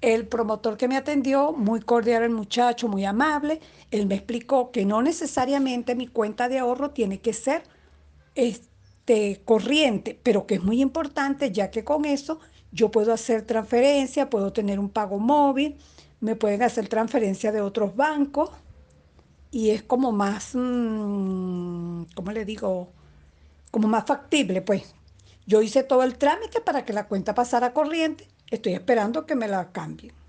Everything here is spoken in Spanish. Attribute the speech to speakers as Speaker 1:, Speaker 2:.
Speaker 1: El promotor que me atendió, muy cordial el muchacho, muy amable, él me explicó que no necesariamente mi cuenta de ahorro tiene que ser corriente, pero que es muy importante ya que con eso yo puedo hacer transferencia, puedo tener un pago móvil, me pueden hacer transferencia de otros bancos y es como más, ¿cómo le digo? Como más factible, pues. Yo hice todo el trámite para que la cuenta pasara corriente, estoy esperando que me la cambien.